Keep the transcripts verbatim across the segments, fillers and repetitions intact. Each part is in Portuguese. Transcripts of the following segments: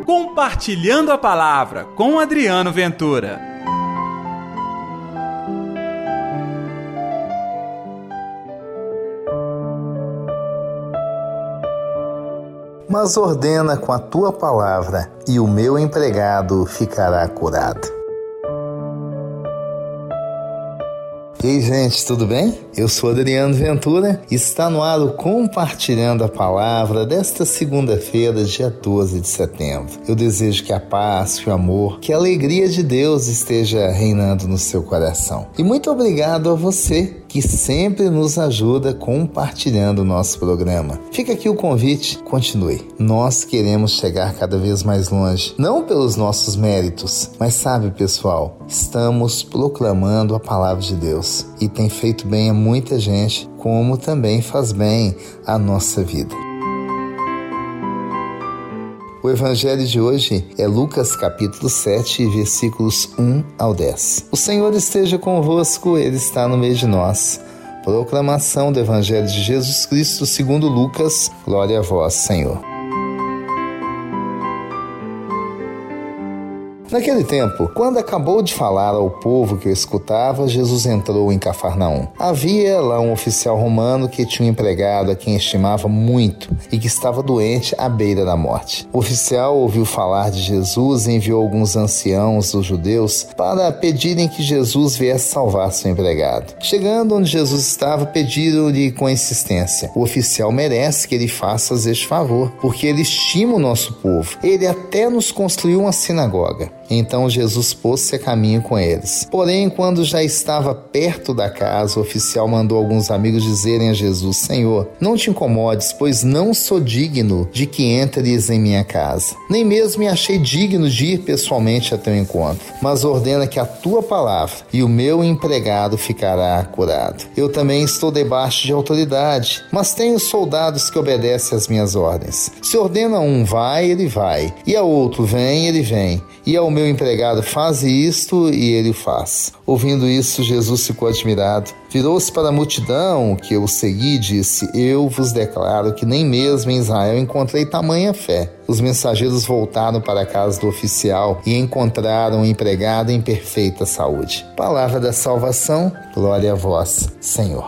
Compartilhando a Palavra com Adriano Ventura. Mas ordena com a tua palavra, e o meu empregado ficará curado. E aí, gente, tudo bem? Eu sou Adriano Ventura e está no ar o Compartilhando a Palavra desta segunda-feira, dia doze de setembro. Eu desejo que a paz, que o amor, que a alegria de Deus esteja reinando no seu coração. E muito obrigado a você que sempre nos ajuda compartilhando o nosso programa. Fica aqui o convite, continue. Nós queremos chegar cada vez mais longe, não pelos nossos méritos, mas sabe, pessoal, estamos proclamando a palavra de Deus e tem feito bem a muita gente, como também faz bem à nossa vida. O evangelho de hoje é Lucas capítulo sete, versículos um ao dez. O Senhor esteja convosco, Ele está no meio de nós. Proclamação do evangelho de Jesus Cristo segundo Lucas. Glória a vós, Senhor. Naquele tempo, quando acabou de falar ao povo que o escutava, Jesus entrou em Cafarnaum. Havia lá um oficial romano que tinha um empregado a quem estimava muito e que estava doente à beira da morte. O oficial ouviu falar de Jesus e enviou alguns anciãos dos judeus para pedirem que Jesus viesse salvar seu empregado. Chegando onde Jesus estava, pediram-lhe com insistência: o oficial merece que ele faça este favor, porque ele estima o nosso povo. Ele até nos construiu uma sinagoga. Então Jesus pôs-se a caminho com eles. Porém, quando já estava perto da casa, o oficial mandou alguns amigos dizerem a Jesus: Senhor, não te incomodes, pois não sou digno de que entres em minha casa. Nem mesmo me achei digno de ir pessoalmente a teu encontro. Mas ordena que a tua palavra e o meu empregado ficará curado. Eu também estou debaixo de autoridade, mas tenho soldados que obedecem às minhas ordens. Se ordena a um vai, ele vai, e a outro vem, ele vem, e ao meu empregado faz isto, e ele faz. Ouvindo isso, Jesus ficou admirado. Virou-se para a multidão que o segui e disse: Eu vos declaro que nem mesmo em Israel encontrei tamanha fé. Os mensageiros voltaram para a casa do oficial e encontraram o empregado em perfeita saúde. Palavra da salvação, glória a vós, Senhor.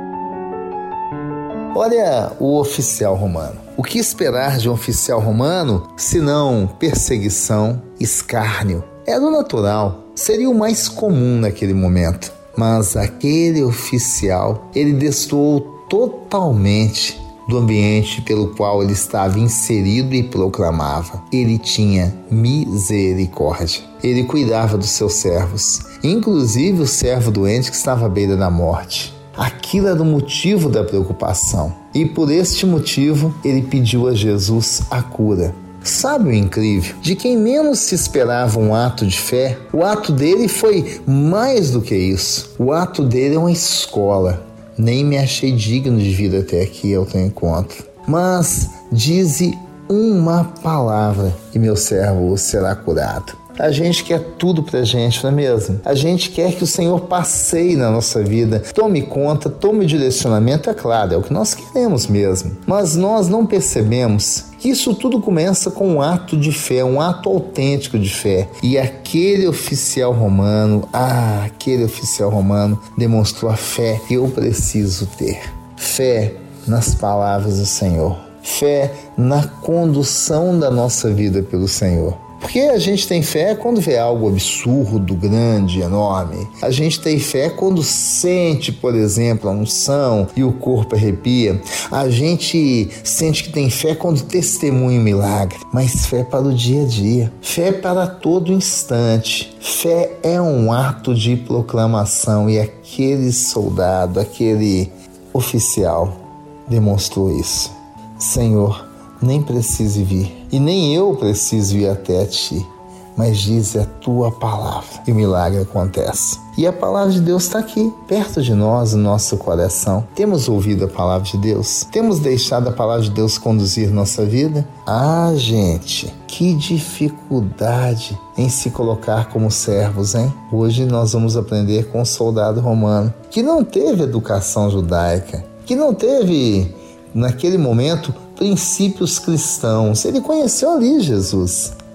Olha o oficial romano. O que esperar de um oficial romano, senão perseguição, escárnio? Era o natural, seria o mais comum naquele momento. Mas aquele oficial, ele destoou totalmente do ambiente pelo qual ele estava inserido e proclamava. Ele tinha misericórdia. Ele cuidava dos seus servos, inclusive o servo doente que estava à beira da morte. Aquilo era o motivo da preocupação. E por este motivo, ele pediu a Jesus a cura. Sabe o incrível? De quem menos se esperava um ato de fé, o ato dele foi mais do que isso. O ato dele é uma escola. Nem me achei digno de vir até aqui ao teu encontro. Mas dize uma palavra e meu servo será curado. A gente quer tudo pra gente, não é mesmo? A gente quer que o Senhor passeie na nossa vida, tome conta, tome o direcionamento, é claro, é o que nós queremos mesmo. Mas nós não percebemos que isso tudo começa com um ato de fé, um ato autêntico de fé. E aquele oficial romano, ah, aquele oficial romano demonstrou a fé que eu preciso ter. Fé nas palavras do Senhor. Fé na condução da nossa vida pelo Senhor. Porque a gente tem fé quando vê algo absurdo, grande, enorme. A gente tem fé quando sente, por exemplo, a unção e o corpo arrepia. A gente sente que tem fé quando testemunha um milagre. Mas fé para o dia a dia. Fé para todo instante. Fé é um ato de proclamação. E aquele soldado, aquele oficial demonstrou isso. Senhor, nem precise vir, e nem eu preciso ir até a ti, mas diz a tua palavra e o milagre acontece. E a palavra de Deus está aqui, perto de nós, no nosso coração. Temos ouvido a palavra de Deus? Temos deixado a palavra de Deus conduzir nossa vida? Ah, gente, que dificuldade em se colocar como servos, hein? Hoje nós vamos aprender com um soldado romano que não teve educação judaica, que não teve, naquele momento, princípios cristãos. Ele conheceu ali Jesus.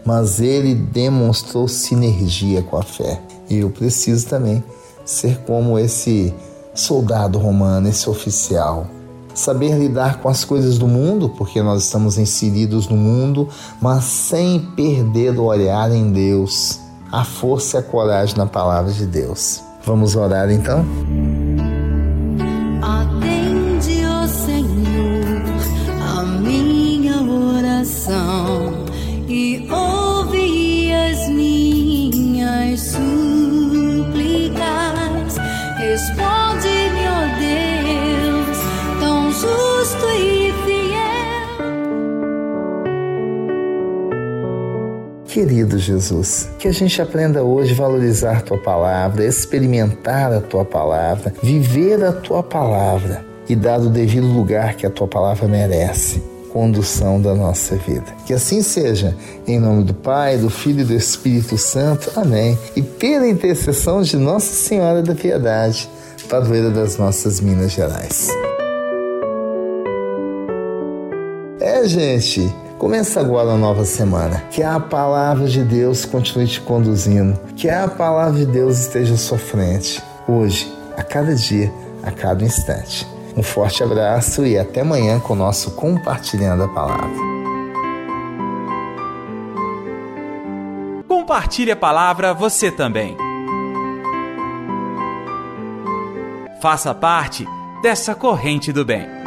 mas ele demonstrou sinergia com a fé. E eu preciso também ser como esse soldado romano, esse oficial. Saber lidar com as coisas do mundo, porque nós estamos inseridos no mundo, mas sem perder o olhar em Deus, a força e a coragem na palavra de Deus. Vamos orar então? Atende, ó Senhor, a minha oração e ouve as minhas súplicas. Responde-me, ó Deus, tão justo e fiel. Querido Jesus, que a gente aprenda hoje a valorizar a Tua Palavra, experimentar a Tua Palavra, viver a Tua Palavra e dar o devido lugar que a Tua Palavra merece, condução da nossa vida. Que assim seja, em nome do Pai, do Filho e do Espírito Santo. Amém. E pela intercessão de Nossa Senhora da Piedade, padroeira das nossas Minas Gerais. É, gente, começa agora a nova semana. Que a palavra de Deus continue te conduzindo. Que a palavra de Deus esteja à sua frente. Hoje, a cada dia, a cada instante. Um forte abraço e até amanhã com o nosso Compartilhando a Palavra. Compartilhe a palavra você também. Faça parte dessa corrente do bem.